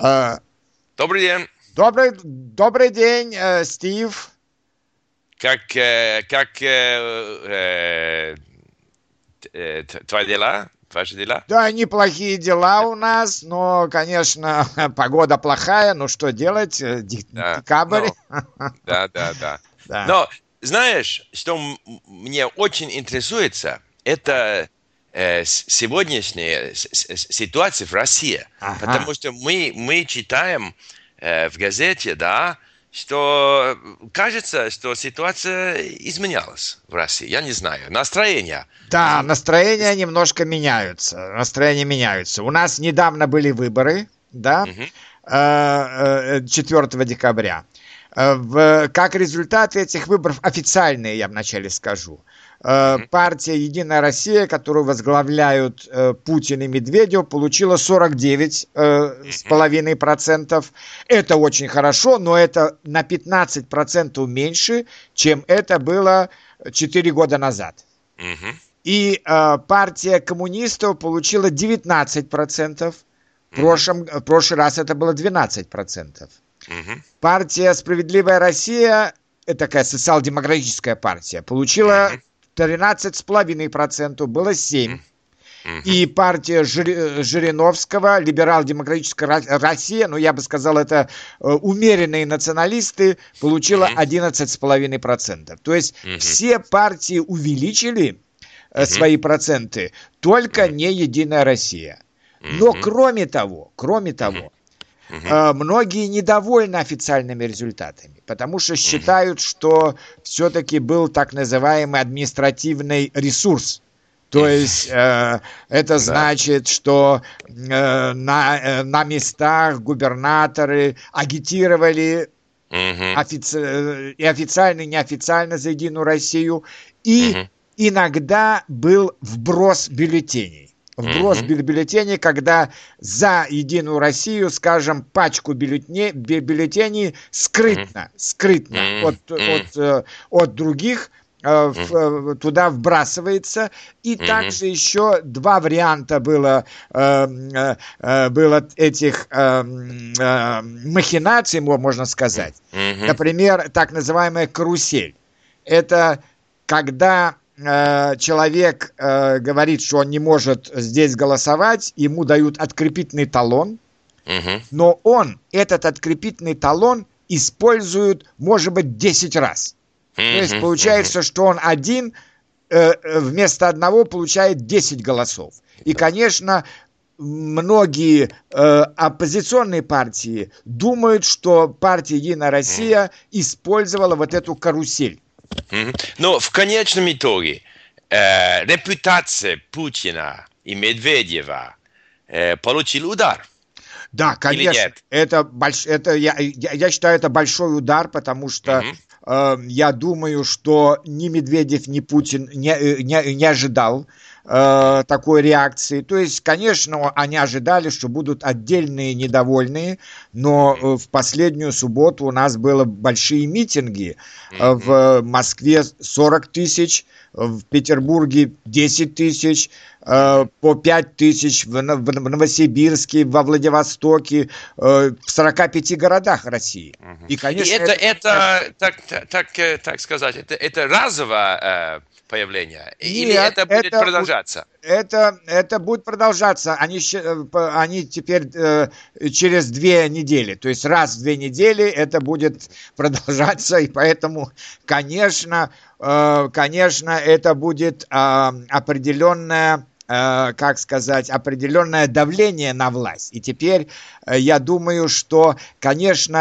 Добрый день. Добрый день, Стив. Как твои дела? Ваши дела? Да, неплохие дела у нас, но, конечно, погода плохая. Ну, что делать? Да. Декабрь. Да. Да. Но знаешь, что мне очень интересуется, это сегодняшняя ситуация в России. Ага. Потому что мы читаем в газете, да, что кажется, что ситуация изменялась в России. Я не знаю. Настроение Да, изменилось. настроения немножко меняются. У нас недавно были выборы, да, Мгм. 4 декабря. Как результат этих выборов, официальные, я вначале скажу, Мгм. партия «Единая Россия», которую возглавляют Путин и Медведев, получила 49,5%. Это очень хорошо, но это на 15% меньше, чем это было 4 года назад. Мгм. И партия коммунистов получила 19%. Мгм. В прошлый раз это было 12%. Мгм. Партия «Справедливая Россия», это такая социал-демократическая партия, получила Мгм. 13,5%, было 7%. Мгм. И партия Жириновского, либерал-демократическая Россия, ну, я бы сказал, это умеренные националисты, получила Мгм. 11,5%. То есть Мгм. все партии увеличили Мгм. свои проценты, только Мгм. не «Единая Россия». Но Мгм. кроме того, Мгм. Мгм. многие недовольны официальными результатами, потому что Мгм. считают, что все-таки был так называемый административный ресурс. То есть это Да. значит, что на местах губернаторы агитировали Мгм. и официально, и неофициально за «Единую Россию», и Мгм. иногда был вброс бюллетеней. Мгм. Когда за «Единую Россию», скажем, пачку бюллетеней Мгм. скрытно Мгм. Мгм. от других Мгм. туда вбрасывается. И Мгм. также еще два варианта было этих махинаций, можно сказать. Мгм. Например, так называемая карусель. Это когда человек говорит, что он не может здесь голосовать, ему дают открепительный талон, Мгм. но он этот открепительный талон использует, может быть, 10 раз. То есть Мгм. Мгм. получается, что он один вместо одного получает 10 голосов. И, конечно, многие оппозиционные партии думают, что партия «Единая Мгм. Россия» использовала вот эту карусель. Мгм. Но в конечном итоге репутация Путина и Медведева получил удар Да, или конечно, нет? я считаю, это большой удар, потому что Мгм. я думаю, что ни Медведев, ни Путин не ожидал Мгм. такой реакции. То есть, конечно, они ожидали, что будут отдельные недовольные, но Мгм. в последнюю субботу у нас было большие митинги. Мгм. В Москве 40 тысяч, в Петербурге 10 тысяч, Мгм. по 5 тысяч в Новосибирске, во Владивостоке, в 45 городах России. Мгм. И, И конечно, это так сказать, это разовое появление, или нет, это будет продолжаться? это будет продолжаться. Они теперь через 2 недели, то есть раз в 2 недели это будет продолжаться, и поэтому, конечно, это будет определенное, как сказать, определенное давление на власть. И теперь я думаю, что, конечно,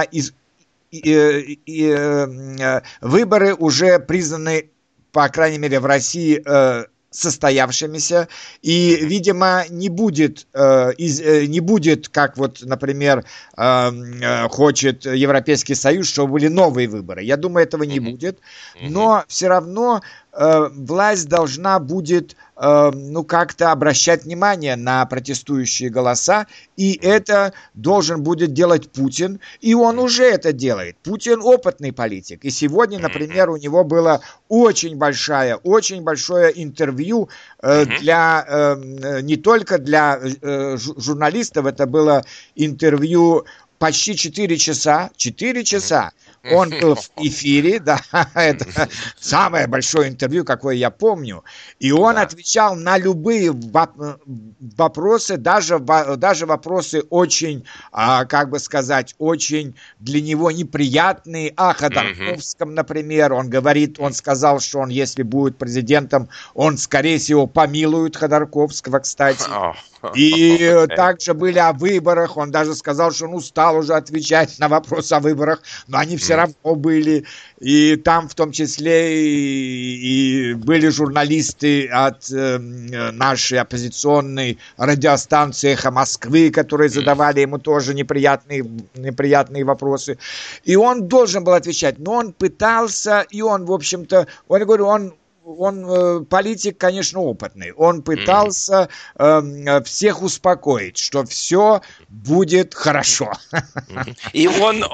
выборы уже признаны, по крайней мере, в России состоявшимися, и, Мгм. видимо, не будет, как вот, например, хочет Европейский Союз, чтобы были новые выборы. Я думаю, этого не Мгм. будет, Мгм. но все равно власть должна будет как-то обращать внимание на протестующие голоса, и это должен будет делать Путин, и он уже это делает. Путин опытный политик, и сегодня, например, у него было очень большое интервью не только для журналистов, это было интервью почти 4 часа. 4 часа. Он был в эфире, да, это самое большое интервью, какое я помню, и он отвечал на любые вопросы, даже вопросы очень, очень для него неприятные, о Ходорковском, например. Он сказал, что он, если будет президентом, он, скорее всего, помилует Ходорковского, кстати. И также были о выборах, он даже сказал, что он устал уже отвечать на вопросы о выборах, но они все равно были, и там в том числе и были журналисты от нашей оппозиционной радиостанции «Эхо Москвы», которые задавали ему тоже неприятные вопросы, и он должен был отвечать, но он пытался, и он, в общем-то, он политик, конечно, опытный. Он пытался всех успокоить, что все будет хорошо. И он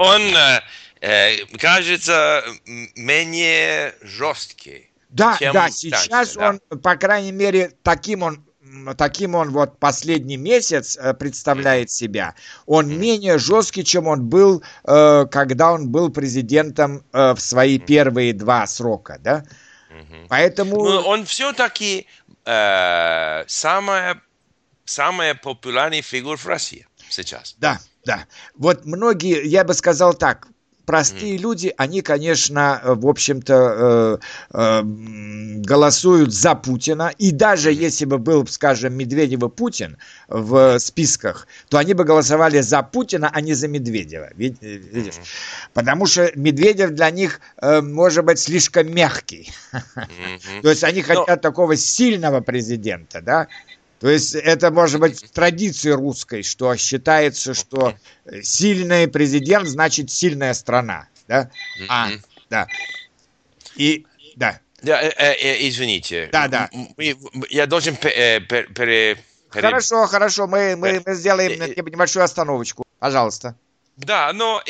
кажется, менее жесткий. Да, сейчас раньше, он, по крайней мере, таким он вот последний месяц представляет себя. Он менее жесткий, чем он был, когда он был президентом в свои первые 2 срока, да? Поэтому... Но он все-таки самая популярная фигура в России сейчас. Да. Вот многие, я бы сказал так, простые люди, они, конечно, в общем-то, голосуют за Путина. И даже если бы был, скажем, Медведев и Путин в списках, то они бы голосовали за Путина, а не за Медведева. Видишь? Потому что Медведев для них, может быть, слишком мягкий. То есть они хотят такого сильного президента, да? То есть это, может быть, в традиции русской, что считается, что сильный президент значит сильная страна, да? Да. И, да. Извините. Да. Я должен Хорошо, мы сделаем небольшую остановочку. Пожалуйста. Да, но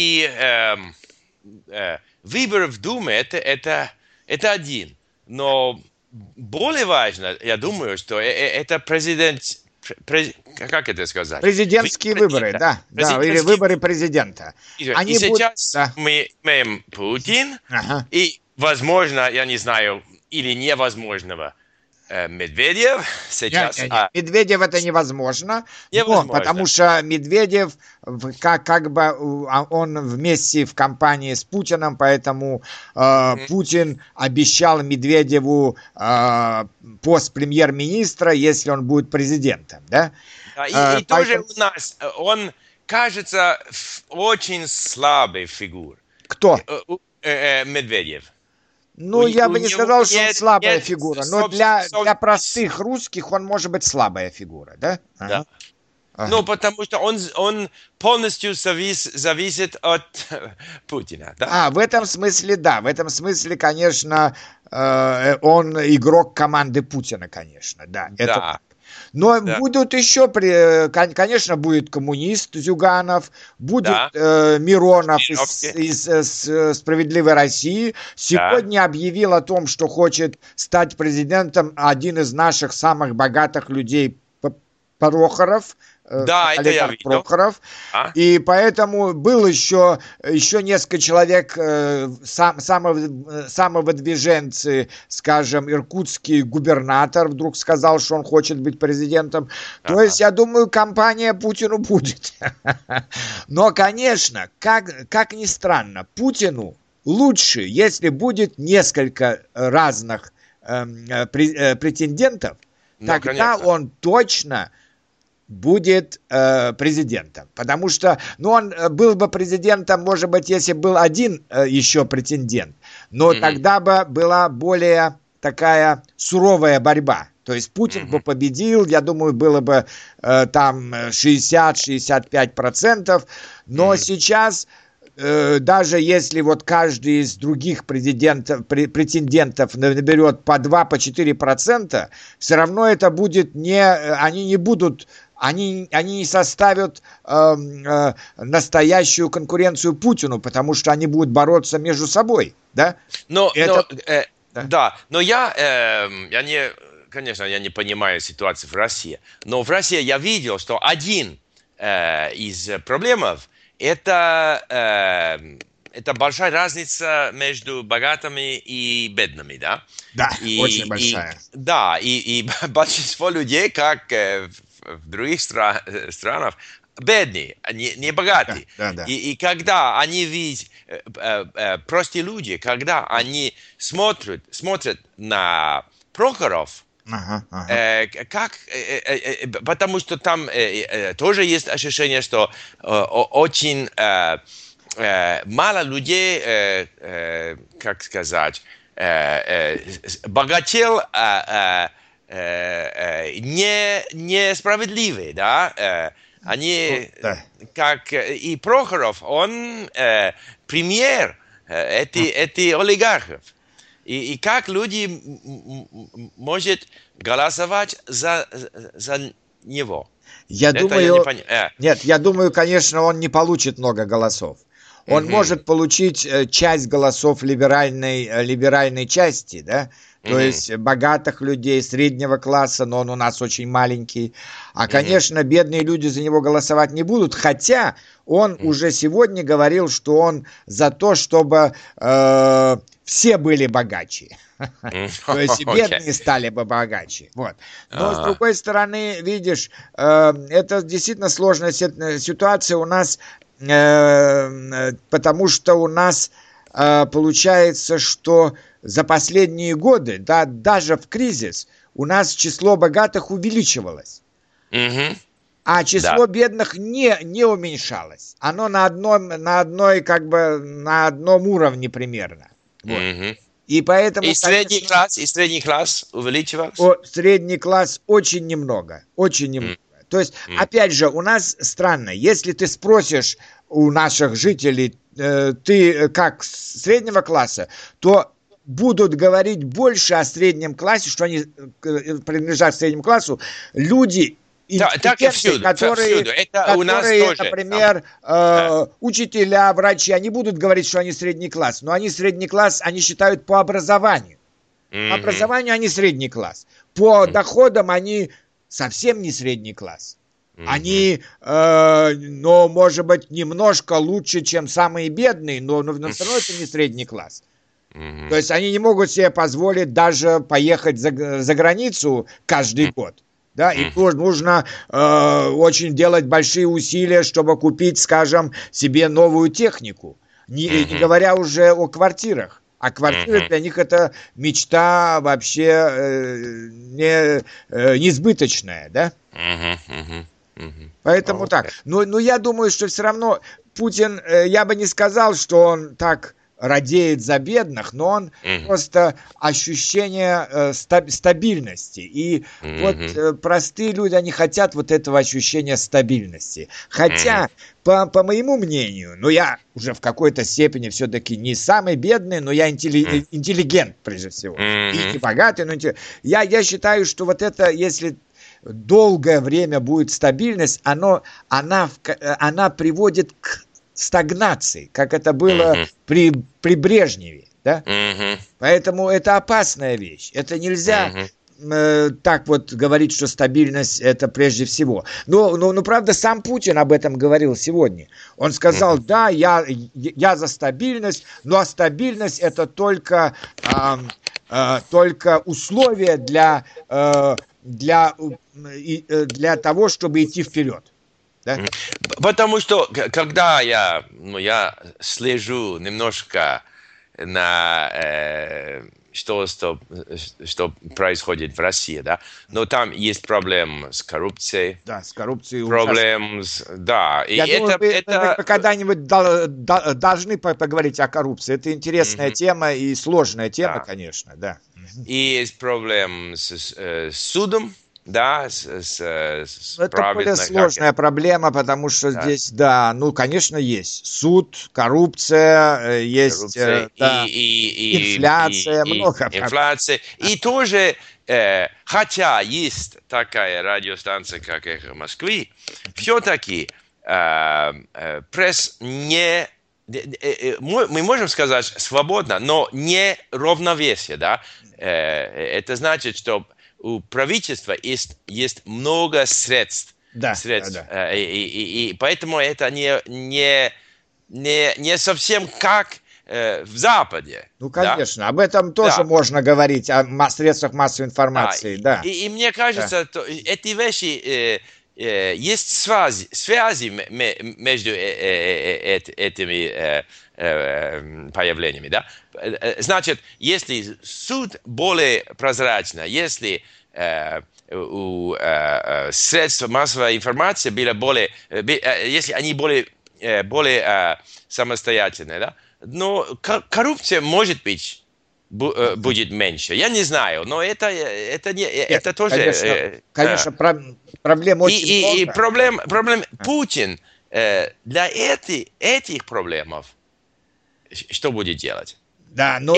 выборы в Думе это один, но более важно, я думаю, что это как это сказать? Президентские выборы, да, или выборы президента. Они сейчас мы имеем Путин и, возможно, я не знаю, или невозможного Медведев сейчас. Нет. Медведев это невозможно. Потому что Медведев как бы он вместе в кампании с Путиным, поэтому Путин обещал Медведеву пост премьер-министра, если он будет президентом, да? И тоже у нас он кажется очень слабой фигурой. Кто? Медведев. Я бы не сказал, что он слабая фигура, но для простых русских он может быть слабая фигура, да? Да. Потому что он полностью зависит от Путина, да? В этом смысле, да. В этом смысле, конечно, он игрок команды Путина, конечно, да. Это... Но будут еще, конечно, будет коммунист Зюганов, будет Миронов из «Справедливой России». Сегодня объявил о том, что хочет стать президентом один из наших самых богатых людей, Прохоров. Да, это я видел. Прохоров. И поэтому был еще несколько человек, самовыдвиженцы, скажем, иркутский губернатор вдруг сказал, что он хочет быть президентом. То есть, я думаю, кампания Путину будет. Но, конечно, как ни странно, Путину лучше, если будет несколько разных претендентов, тогда он точно будет президентом. Потому что, он был бы президентом, может быть, если был один еще претендент, но тогда бы была более такая суровая борьба. То есть Путин бы победил, я думаю, было бы там 60-65%, но сейчас даже если вот каждый из других претендентов наберет по 2-4%, все равно это будет они не составят настоящую конкуренцию Путину, потому что они будут бороться между собой, да? Да, но конечно, я не понимаю ситуацию в России, но в России я видел, что один из проблем это большая разница между богатыми и бедными, да? Да, очень большая. И большинство людей, как в других странах, бедные, не богатые. Да. И когда они видят, простые люди, когда они смотрят на Прохоров, потому что там тоже есть ощущение, что очень мало людей, как сказать, богател несправедливые, да? Они, как и Прохоров, он пример этих олигархов. И как люди могут голосовать за него? Я думаю, конечно, он не получит много голосов. Он может получить часть голосов либеральной части, да? То есть богатых людей, среднего класса, но он у нас очень маленький. А, конечно, бедные люди за него голосовать не будут, хотя он уже сегодня говорил, что он за то, чтобы все были богаче. То есть и бедные стали бы богаче. Вот. Но, с другой стороны, видишь, это действительно сложная ситуация у нас, потому что у нас получается, что за последние годы, да, даже в кризис, у нас число богатых увеличивалось. А число бедных не уменьшалось. Оно на одном уровне примерно. Вот. И поэтому... И средний класс увеличивался? Средний класс очень немного. Очень немного. То есть, опять же, у нас странно. Если ты спросишь у наших жителей, ты как среднего класса, то будут говорить больше о среднем классе, что они принадлежат среднему классу, люди... которые, у нас тоже, например, учителя, врачи, они будут говорить, что они средний класс, но они средний класс, они считают по образованию. По образованию они средний класс. По доходам они совсем не средний класс. Они, но, может быть, немножко лучше, чем самые бедные, но все равно это не средний класс. То есть они не могут себе позволить даже поехать за границу каждый год. Да, и нужно очень делать большие усилия, чтобы купить, скажем, себе новую технику. Не говоря уже о квартирах. А квартиры для них это мечта вообще несбыточная, да? Поэтому так. Но я думаю, что все равно Путин, я бы не сказал, что он так радеет за бедных, но он просто ощущение стабильности. И вот простые люди, они хотят вот этого ощущения стабильности. Хотя, по моему мнению, ну я уже в какой-то степени все-таки не самый бедный, но я интеллигент прежде всего. И не богатый, но я считаю, что вот это, если долгое время будет стабильность, она приводит к стагнации, как это было при Брежневе, да? Поэтому это опасная вещь. Это нельзя так вот говорить, что стабильность это прежде всего. Но правда, сам Путин об этом говорил сегодня. Он сказал, да, я за стабильность, но стабильность это только условие для того, чтобы идти вперед. Да? Потому что, когда я слежу немножко на что происходит в России, да, но там есть проблемы с коррупцией. Да, с коррупцией. Я думаю, мы когда-нибудь должны поговорить о коррупции. Это интересная тема и сложная тема, конечно, да. И есть проблемы с судом. да, Это более сложная проблема, потому что здесь, да, ну, конечно, есть суд, коррупция, есть инфляция, много инфляция. И тоже, хотя есть такая радиостанция, как «Эхо Москвы», все-таки пресс не... Мы можем сказать свободно, но не равновесие, да? Это значит, что у правительства есть много средств. Да. И поэтому это не совсем как в Западе. Ну, конечно, об этом тоже можно говорить, о средствах массовой информации, да. И мне кажется, эти вещи, есть связи между этими появлениями, да? Значит, если суд более прозрачно, если у средств массовой информации были более, если они более самостоятельные, да? Но коррупция, может быть, будет меньше. Я не знаю, но это тоже... Конечно, проблем очень много. И проблем Путин для этих проблемов что будет делать? Да, но...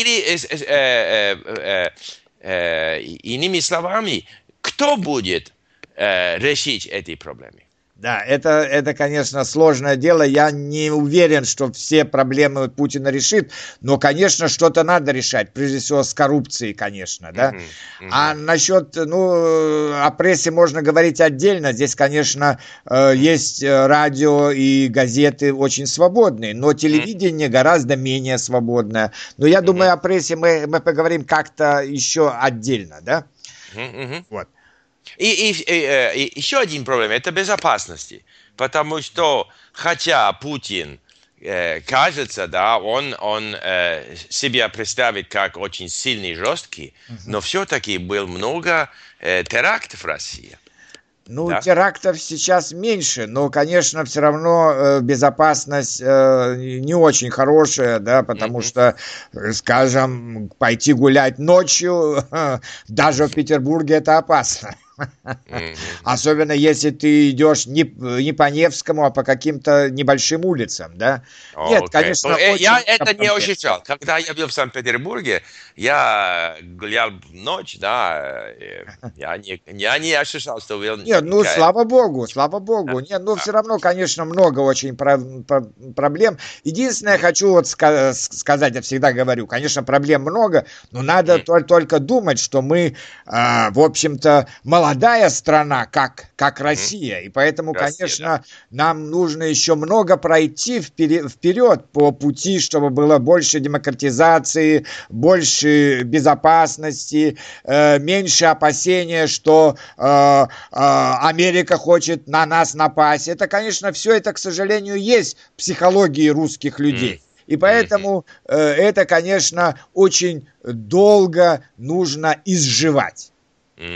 Иными словами, кто будет решить эти проблемы? Да, это, конечно, сложное дело. Я не уверен, что все проблемы Путина решит, но, конечно, что-то надо решать, прежде всего с коррупцией, конечно, да. А насчет, о прессе можно говорить отдельно. Здесь, конечно, есть радио и газеты очень свободные, но телевидение гораздо менее свободное. Но я думаю, о прессе мы поговорим как-то еще отдельно, да. Вот. И еще один проблема – это безопасности, потому что, хотя Путин, кажется, да, он себя представит как очень сильный, жесткий, но все-таки было много терактов в России. Ну, да? Терактов сейчас меньше, но, конечно, все равно безопасность не очень хорошая, да, потому что, скажем, пойти гулять ночью, даже в Петербурге это опасно. Особенно если ты идешь не по Невскому, а по каким-то небольшим улицам, да? Нет, конечно, я это не ощущал. Когда я был в Санкт-Петербурге, я гулял ночь, да, я не ощущал, что был... Нет, ну, слава богу. Нет, ну, все равно, конечно, много очень проблем. Единственное, хочу вот сказать, я всегда говорю, конечно, проблем много, но надо только думать, что мы, в общем-то, молодая страна, как Россия, и поэтому, конечно, нам нужно еще много пройти вперед по пути, чтобы было больше демократизации, больше безопасности, меньше опасения, что Америка хочет на нас напасть. Это, конечно, все это, к сожалению, есть в психологии русских людей. И поэтому это, конечно, очень долго нужно изживать.